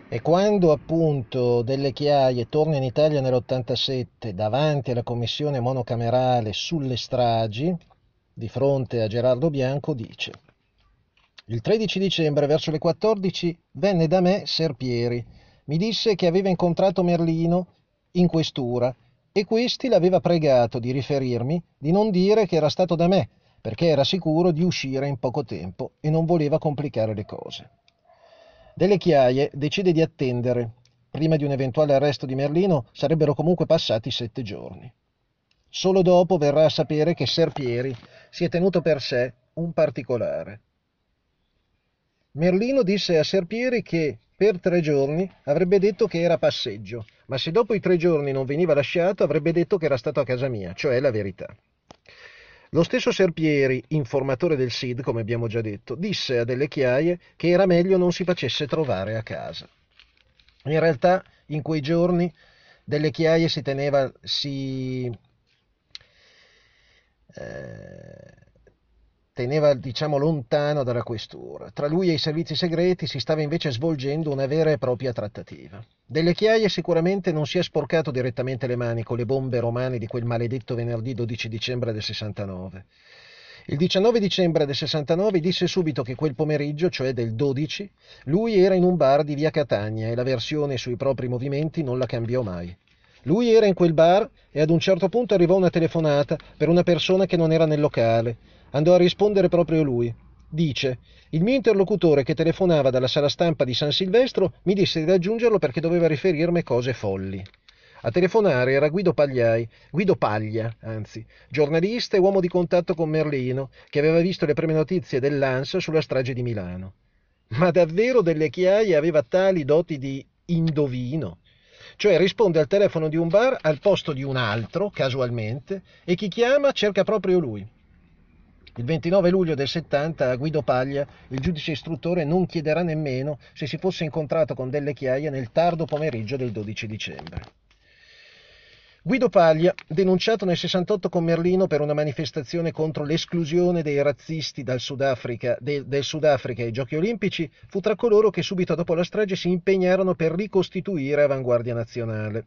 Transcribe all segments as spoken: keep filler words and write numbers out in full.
E quando appunto Delle Chiaie torna in Italia nell'ottantasette davanti alla commissione monocamerale sulle stragi, di fronte a Gerardo Bianco, dice: il tredici dicembre verso le quattordici venne da me Serpieri. Mi disse che aveva incontrato Merlino in questura e questi l'aveva pregato di riferirmi di non dire che era stato da me, perché era sicuro di uscire in poco tempo e non voleva complicare le cose. Delle Chiaie decide di attendere. Prima di un eventuale arresto di Merlino sarebbero comunque passati sette giorni. Solo dopo verrà a sapere che Serpieri si è tenuto per sé un particolare. Merlino disse a Serpieri che per tre giorni avrebbe detto che era a passeggio, ma se dopo i tre giorni non veniva lasciato avrebbe detto che era stato a casa mia, cioè la verità. Lo stesso Serpieri, informatore del S I D, come abbiamo già detto, disse a Delle Chiaie che era meglio non si facesse trovare a casa. In realtà, in quei giorni, Delle Chiaie si teneva, si, eh, teneva, diciamo, lontano dalla questura. Tra lui e i servizi segreti si stava invece svolgendo una vera e propria trattativa. Delle Chiaie sicuramente non si è sporcato direttamente le mani con le bombe romane di quel maledetto venerdì dodici dicembre del sessantanove. Il diciannove dicembre del sessantanove disse subito che quel pomeriggio, cioè del dodici, lui era in un bar di via Catania e la versione sui propri movimenti non la cambiò mai. Lui era in quel bar e ad un certo punto arrivò una telefonata per una persona che non era nel locale. Andò a rispondere proprio lui. Dice: il mio interlocutore che telefonava dalla sala stampa di San Silvestro mi disse di raggiungerlo perché doveva riferirmi cose folli. A telefonare era Guido Pagliai, Guido Paglia, anzi, giornalista e uomo di contatto con Merlino, che aveva visto le prime notizie dell'A N S sulla strage di Milano. Ma davvero Delle Chiaie aveva tali doti di indovino? Cioè risponde al telefono di un bar al posto di un altro, casualmente, e chi chiama cerca proprio lui. Il ventinove luglio del settanta a Guido Paglia il giudice istruttore non chiederà nemmeno se si fosse incontrato con Delle Chiaie nel tardo pomeriggio del dodici dicembre. Guido Paglia, denunciato nel sessantotto con Merlino per una manifestazione contro l'esclusione dei razzisti dal Sudafrica, de, del Sudafrica ai Giochi Olimpici, fu tra coloro che subito dopo la strage si impegnarono per ricostituire Avanguardia Nazionale.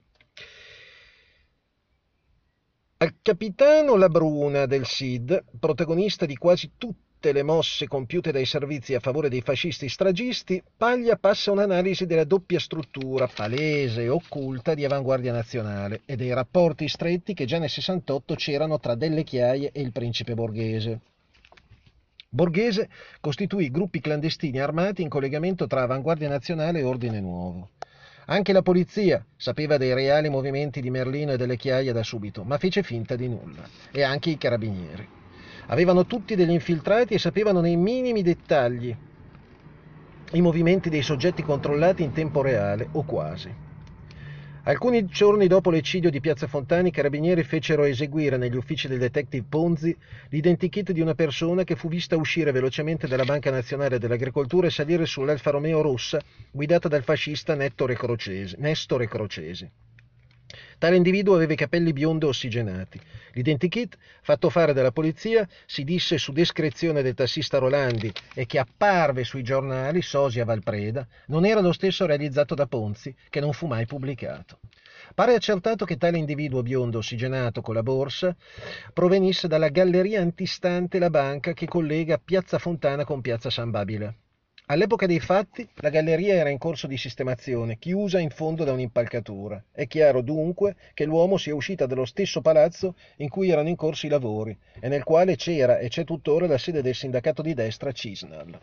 Al capitano Labruna del S I D, protagonista di quasi tutte le mosse compiute dai servizi a favore dei fascisti stragisti, Paglia passa un'analisi della doppia struttura, palese e occulta, di Avanguardia Nazionale e dei rapporti stretti che già nel sessantotto c'erano tra Delle Chiaie e il principe Borghese. Borghese costituì gruppi clandestini armati in collegamento tra Avanguardia Nazionale e Ordine Nuovo. Anche la polizia sapeva dei reali movimenti di Merlino e Delle Chiaie da subito, ma fece finta di nulla. E anche i carabinieri. Avevano tutti degli infiltrati e sapevano nei minimi dettagli i movimenti dei soggetti controllati in tempo reale, o quasi. Alcuni giorni dopo l'eccidio di Piazza Fontana, i carabinieri fecero eseguire negli uffici del detective Ponzi l'identikit di una persona che fu vista uscire velocemente dalla Banca Nazionale dell'Agricoltura e salire sull'Alfa Romeo rossa guidata dal fascista Nettore Crocesi, Nestore Crocesi. Tale individuo aveva i capelli biondo ossigenati. L'identikit, fatto fare dalla polizia, si disse su descrizione del tassista Rolandi e che apparve sui giornali Sosia Valpreda, non era lo stesso realizzato da Ponzi, che non fu mai pubblicato. Pare accertato che tale individuo biondo ossigenato con la borsa provenisse dalla galleria antistante la banca che collega Piazza Fontana con Piazza San Babila. All'epoca dei fatti la galleria era in corso di sistemazione, chiusa in fondo da un'impalcatura. È chiaro dunque che l'uomo sia uscita dallo stesso palazzo in cui erano in corso i lavori e nel quale c'era e c'è tuttora la sede del sindacato di destra Cisnal.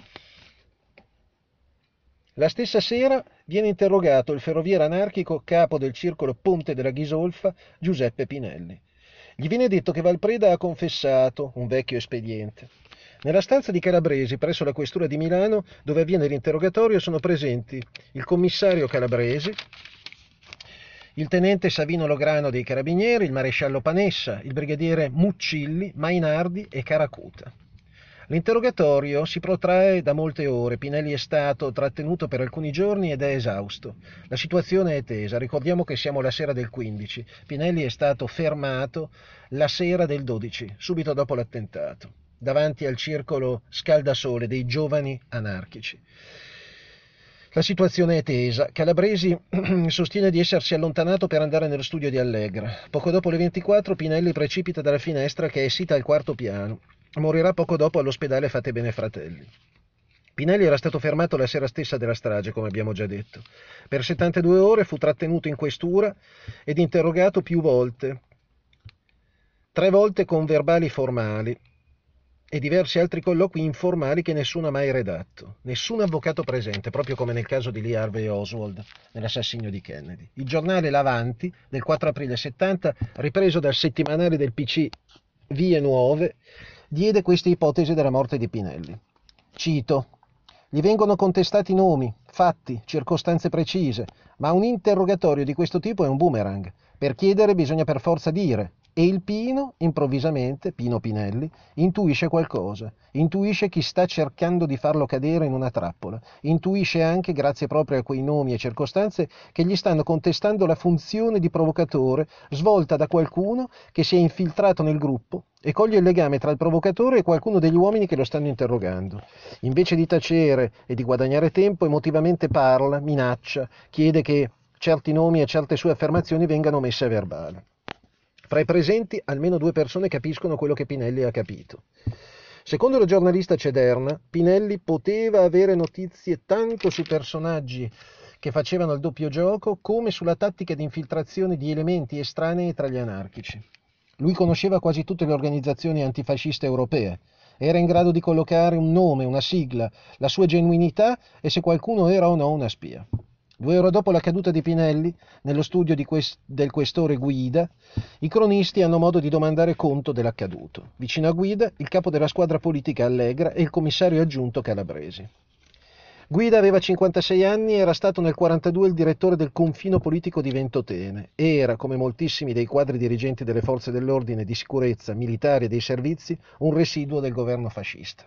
La stessa sera viene interrogato il ferroviere anarchico capo del circolo Ponte della Ghisolfa, Giuseppe Pinelli. Gli viene detto che Valpreda ha confessato, un vecchio espediente. Nella stanza di Calabresi, presso la questura di Milano, dove avviene l'interrogatorio, sono presenti il commissario Calabresi, il tenente Savino Lograno dei Carabinieri, il maresciallo Panessa, il brigadiere Muccilli, Mainardi e Caracuta. L'interrogatorio si protrae da molte ore. Pinelli è stato trattenuto per alcuni giorni ed è esausto. La situazione è tesa. Ricordiamo che siamo la sera del quindici. Pinelli è stato fermato la sera del dodici, subito dopo l'attentato, davanti al circolo Scaldasole dei giovani anarchici. La situazione è tesa. Calabresi sostiene di essersi allontanato per andare nello studio di Allegra. Poco dopo le ventiquattro Pinelli precipita dalla finestra che è sita al quarto piano. Morirà poco dopo all'ospedale Fatebenefratelli. Fratelli. Pinelli era stato fermato la sera stessa della strage, come abbiamo già detto. Per settantadue ore fu trattenuto in questura ed interrogato più volte, tre volte con verbali formali e diversi altri colloqui informali che nessuno ha mai redatto. Nessun avvocato presente, proprio come nel caso di Lee Harvey Oswald, nell'assassinio di Kennedy. Il giornale L'Avanti, del quattro aprile settanta, ripreso dal settimanale del P C Vie Nuove, diede queste ipotesi della morte di Pinelli. Cito: gli vengono contestati nomi, fatti, circostanze precise, ma un interrogatorio di questo tipo è un boomerang. Per chiedere bisogna per forza dire. E il Pino, improvvisamente, Pino Pinelli, intuisce qualcosa, intuisce chi sta cercando di farlo cadere in una trappola, intuisce anche, grazie proprio a quei nomi e circostanze, che gli stanno contestando la funzione di provocatore svolta da qualcuno che si è infiltrato nel gruppo e coglie il legame tra il provocatore e qualcuno degli uomini che lo stanno interrogando. Invece di tacere e di guadagnare tempo, emotivamente parla, minaccia, chiede che certi nomi e certe sue affermazioni vengano messe a verbale. Fra i presenti almeno due persone capiscono quello che Pinelli ha capito. Secondo la giornalista Cederna, Pinelli poteva avere notizie tanto su personaggi che facevano il doppio gioco come sulla tattica di infiltrazione di elementi estranei tra gli anarchici. Lui conosceva quasi tutte le organizzazioni antifasciste europee, era in grado di collocare un nome, una sigla, la sua genuinità e se qualcuno era o no una spia. Due ore dopo la caduta di Pinelli, nello studio di quest- del questore Guida, i cronisti hanno modo di domandare conto dell'accaduto. Vicino a Guida, il capo della squadra politica Allegra e il commissario aggiunto Calabresi. Guida aveva cinquantasei anni e era stato nel quarantadue il direttore del confino politico di Ventotene. Era, come moltissimi dei quadri dirigenti delle forze dell'ordine, di sicurezza, militari e dei servizi, un residuo del governo fascista.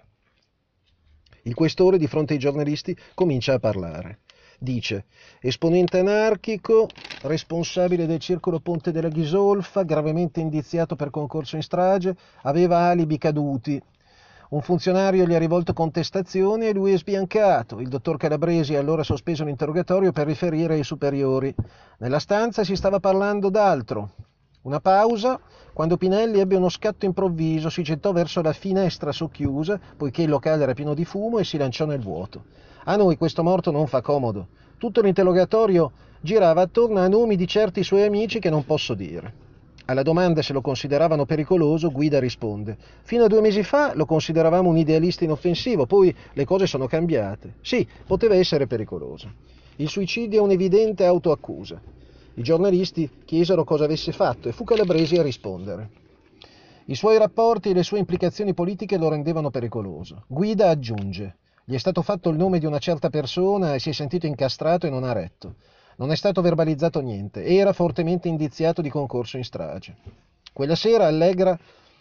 Il questore, di fronte ai giornalisti, comincia a parlare. Dice: esponente anarchico, responsabile del circolo Ponte della Ghisolfa, gravemente indiziato per concorso in strage, aveva alibi caduti. Un funzionario gli ha rivolto contestazioni e lui è sbiancato. Il dottor Calabresi ha allora sospeso l'interrogatorio per riferire ai superiori. Nella stanza si stava parlando d'altro. Una pausa, quando Pinelli ebbe uno scatto improvviso, si gettò verso la finestra socchiusa, poiché il locale era pieno di fumo, e si lanciò nel vuoto. A noi questo morto non fa comodo. Tutto l'interrogatorio girava attorno a nomi di certi suoi amici che non posso dire. Alla domanda se lo consideravano pericoloso, Guida risponde: fino a due mesi fa lo consideravamo un idealista inoffensivo, poi le cose sono cambiate. Sì, poteva essere pericoloso. Il suicidio è un'evidente autoaccusa. I giornalisti chiesero cosa avesse fatto e fu Calabresi a rispondere. I suoi rapporti e le sue implicazioni politiche lo rendevano pericoloso. Guida aggiunge: gli è stato fatto il nome di una certa persona e si è sentito incastrato e non ha retto. Non è stato verbalizzato niente. Era fortemente indiziato di concorso in strage. Quella sera Allegra,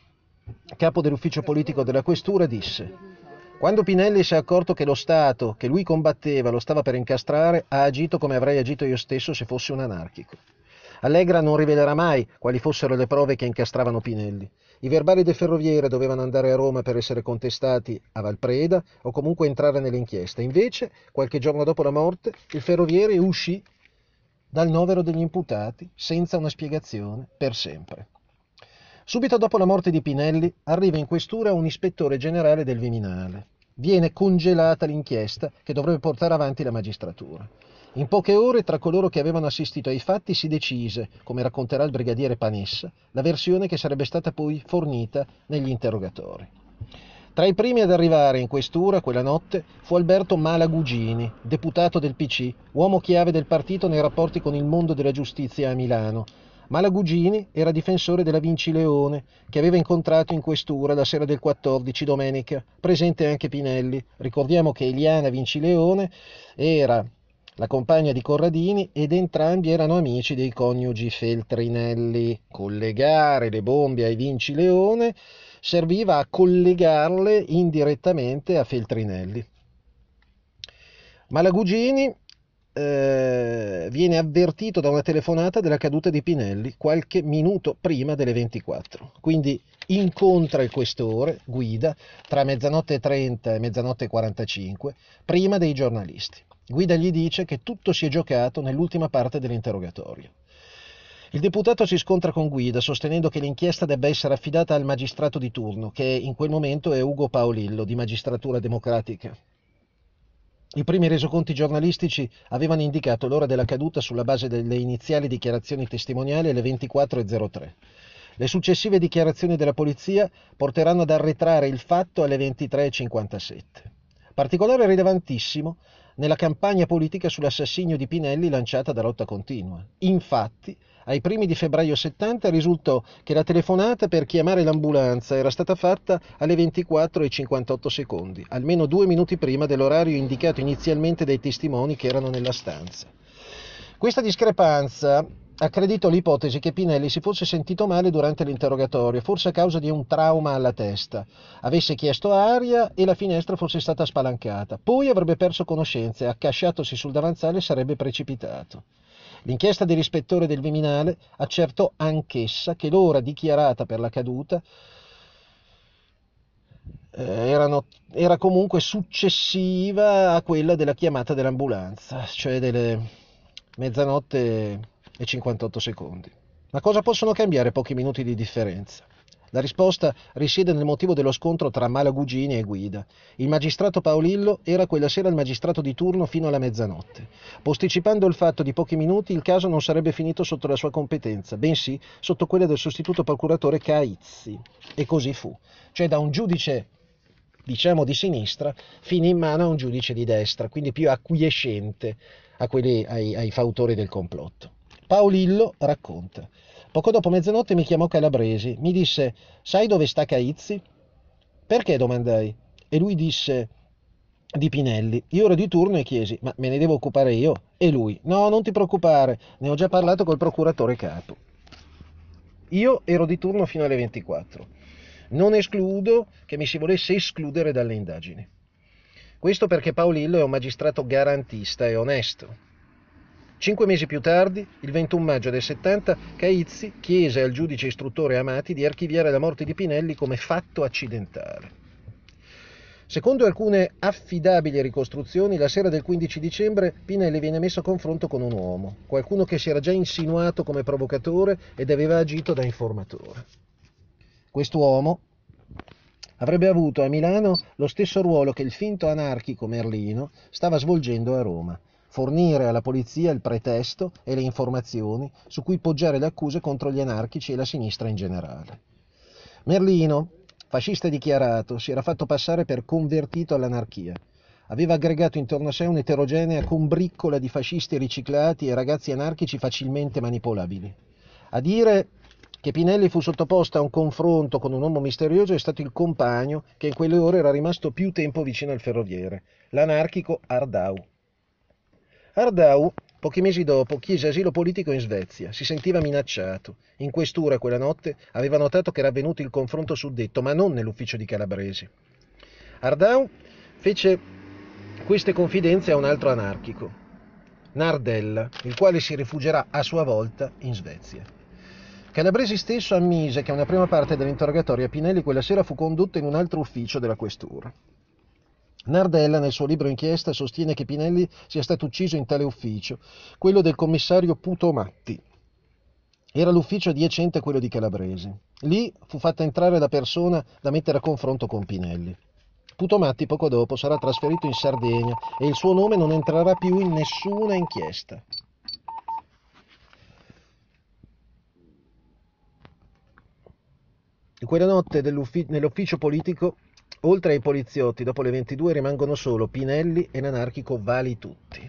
capo dell'ufficio politico della questura, disse: quando Pinelli si è accorto che lo Stato che lui combatteva lo stava per incastrare, ha agito come avrei agito io stesso se fossi un anarchico. Allegra non rivelerà mai quali fossero le prove che incastravano Pinelli. I verbali del Ferroviere dovevano andare a Roma per essere contestati a Valpreda o comunque entrare nell'inchiesta. Invece, qualche giorno dopo la morte, il Ferroviere uscì dal novero degli imputati senza una spiegazione per sempre. Subito dopo la morte di Pinelli arriva in questura un ispettore generale del Viminale. Viene congelata l'inchiesta che dovrebbe portare avanti la magistratura. In poche ore, tra coloro che avevano assistito ai fatti, si decise, come racconterà il brigadiere Panessa, la versione che sarebbe stata poi fornita negli interrogatori. Tra i primi ad arrivare in questura quella notte fu Alberto Malagugini, deputato del P C, uomo chiave del partito nei rapporti con il mondo della giustizia a Milano. Malagugini era difensore della Vinci Leone, che aveva incontrato in questura la sera del quattordici, domenica, presente anche Pinelli. Ricordiamo che Eliana Vinci Leone era la compagna di Corradini ed entrambi erano amici dei coniugi Feltrinelli. Collegare le bombe ai Vinci Leone serviva a collegarle indirettamente a Feltrinelli. Malagugini eh, viene avvertito da una telefonata della caduta di Pinelli qualche minuto prima delle ventiquattro. Quindi incontra il questore, Guida, tra mezzanotte e trenta e mezzanotte e quarantacinque, prima dei giornalisti. Guida gli dice che tutto si è giocato nell'ultima parte dell'interrogatorio. Il deputato si scontra con Guida, sostenendo che l'inchiesta debba essere affidata al magistrato di turno, che in quel momento è Ugo Paolillo, di Magistratura Democratica. I primi resoconti giornalistici avevano indicato l'ora della caduta sulla base delle iniziali dichiarazioni testimoniali alle ventiquattro e zero tre. Le successive dichiarazioni della polizia porteranno ad arretrare il fatto alle ventitré e cinquantasette. Particolare rilevantissimo nella campagna politica sull'assassinio di Pinelli lanciata da Lotta Continua. Infatti, ai primi di febbraio settanta risultò che la telefonata per chiamare l'ambulanza era stata fatta alle ventiquattro e cinquantotto secondi, almeno due minuti prima dell'orario indicato inizialmente dai testimoni che erano nella stanza. Questa discrepanza accreditò l'ipotesi che Pinelli si fosse sentito male durante l'interrogatorio, forse a causa di un trauma alla testa, avesse chiesto aria e la finestra fosse stata spalancata. Poi avrebbe perso conoscenza e, accasciatosi sul davanzale, sarebbe precipitato. L'inchiesta dell'ispettore del Viminale accertò anch'essa che l'ora dichiarata per la caduta eh, erano, era comunque successiva a quella della chiamata dell'ambulanza, cioè delle mezzanotte e cinquantotto secondi. Ma cosa possono cambiare pochi minuti di differenza? La risposta risiede nel motivo dello scontro tra Malagugini e Guida. Il magistrato Paolillo era quella sera il magistrato di turno fino alla mezzanotte. Posticipando il fatto di pochi minuti, il caso non sarebbe finito sotto la sua competenza, bensì sotto quella del sostituto procuratore Caizzi. E così fu. Cioè da un giudice, diciamo, di sinistra, finì in mano a un giudice di destra, quindi più acquiescente a quelli, ai, ai fautori del complotto. Paolillo racconta: poco dopo mezzanotte mi chiamò Calabresi, mi disse: sai dove sta Caizzi? Perché? Domandai. E lui disse: di Pinelli. Io ero di turno e chiesi: ma me ne devo occupare io? E lui: no, non ti preoccupare, ne ho già parlato col procuratore capo. Io ero di turno fino alle ventiquattro. Non escludo che mi si volesse escludere dalle indagini. Questo perché Paolillo è un magistrato garantista e onesto. Cinque mesi più tardi, il ventuno maggio del settanta, Caizzi chiese al giudice istruttore Amati di archiviare la morte di Pinelli come fatto accidentale. Secondo alcune affidabili ricostruzioni, la sera del quindici dicembre Pinelli viene messo a confronto con un uomo, qualcuno che si era già insinuato come provocatore ed aveva agito da informatore. Quest'uomo avrebbe avuto a Milano lo stesso ruolo che il finto anarchico Merlino stava svolgendo a Roma: fornire alla polizia il pretesto e le informazioni su cui poggiare le accuse contro gli anarchici e la sinistra in generale. Merlino, fascista dichiarato, si era fatto passare per convertito all'anarchia. Aveva aggregato intorno a sé un'eterogenea combriccola di fascisti riciclati e ragazzi anarchici facilmente manipolabili. A dire che Pinelli fu sottoposto a un confronto con un uomo misterioso è stato il compagno che in quelle ore era rimasto più tempo vicino al ferroviere, l'anarchico Ardau. Ardau, pochi mesi dopo, chiese asilo politico in Svezia. Si sentiva minacciato. In questura quella notte aveva notato che era avvenuto il confronto suddetto, ma non nell'ufficio di Calabresi. Ardau fece queste confidenze a un altro anarchico, Nardella, il quale si rifugierà a sua volta in Svezia. Calabresi stesso ammise che una prima parte dell'interrogatorio a Pinelli quella sera fu condotta in un altro ufficio della questura. Nardella, nel suo libro inchiesta, sostiene che Pinelli sia stato ucciso in tale ufficio, quello del commissario Putomatti. Era l'ufficio adiacente a quello di Calabresi. Lì fu fatta entrare la persona da mettere a confronto con Pinelli. Putomatti poco dopo sarà trasferito in Sardegna e il suo nome non entrerà più in nessuna inchiesta. Quella notte nell'ufficio politico, oltre ai poliziotti, dopo le ventidue rimangono solo Pinelli e l'anarchico Vali Tutti.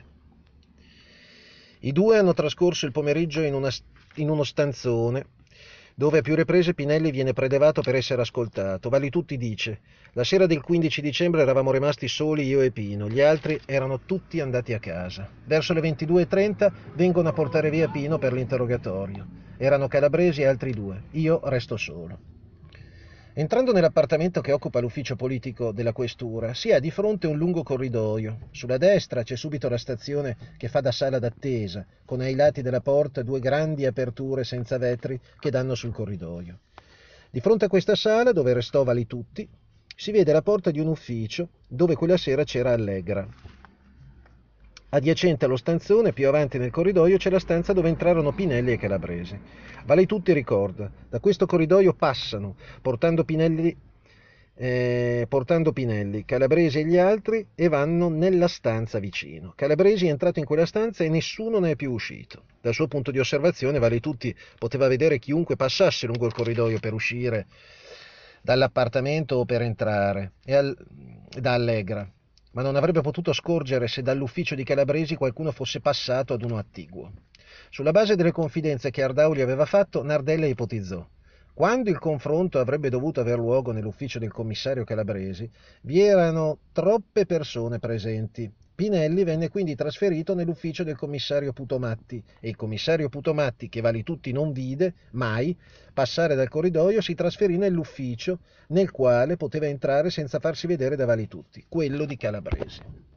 I due hanno trascorso il pomeriggio in, una, in uno stanzone dove a più riprese Pinelli viene prelevato per essere ascoltato. Vali Tutti dice: la sera del quindici dicembre eravamo rimasti soli io e Pino, gli altri erano tutti andati a casa. Verso le ventidue e trenta vengono a portare via Pino per l'interrogatorio. Erano Calabresi e altri due, io resto solo. Entrando nell'appartamento che occupa l'ufficio politico della questura, si ha di fronte un lungo corridoio. Sulla destra c'è subito la stazione che fa da sala d'attesa, con ai lati della porta due grandi aperture senza vetri che danno sul corridoio. Di fronte a questa sala, dove restò Vali Tutti, si vede la porta di un ufficio dove quella sera c'era Allegra. Adiacente allo stanzone, più avanti nel corridoio, c'è la stanza dove entrarono Pinelli e Calabresi. Vale tutti ricorda, da questo corridoio passano, portando Pinelli, eh, portando Pinelli, Calabresi e gli altri, e vanno nella stanza vicino. Calabresi è entrato in quella stanza e nessuno ne è più uscito. Dal suo punto di osservazione, Vale tutti poteva vedere chiunque passasse lungo il corridoio per uscire dall'appartamento o per entrare, e al, da Allegra, ma non avrebbe potuto scorgere se dall'ufficio di Calabresi qualcuno fosse passato ad uno attiguo. Sulla base delle confidenze che Ardau gli aveva fatto, Nardella ipotizzò: quando il confronto avrebbe dovuto aver luogo nell'ufficio del commissario Calabresi, vi erano troppe persone presenti. Pinelli venne quindi trasferito nell'ufficio del commissario Putomatti e il commissario Putomatti, che Vale tutti non vide mai passare dal corridoio, si trasferì nell'ufficio nel quale poteva entrare senza farsi vedere da Vale tutti, quello di Calabresi.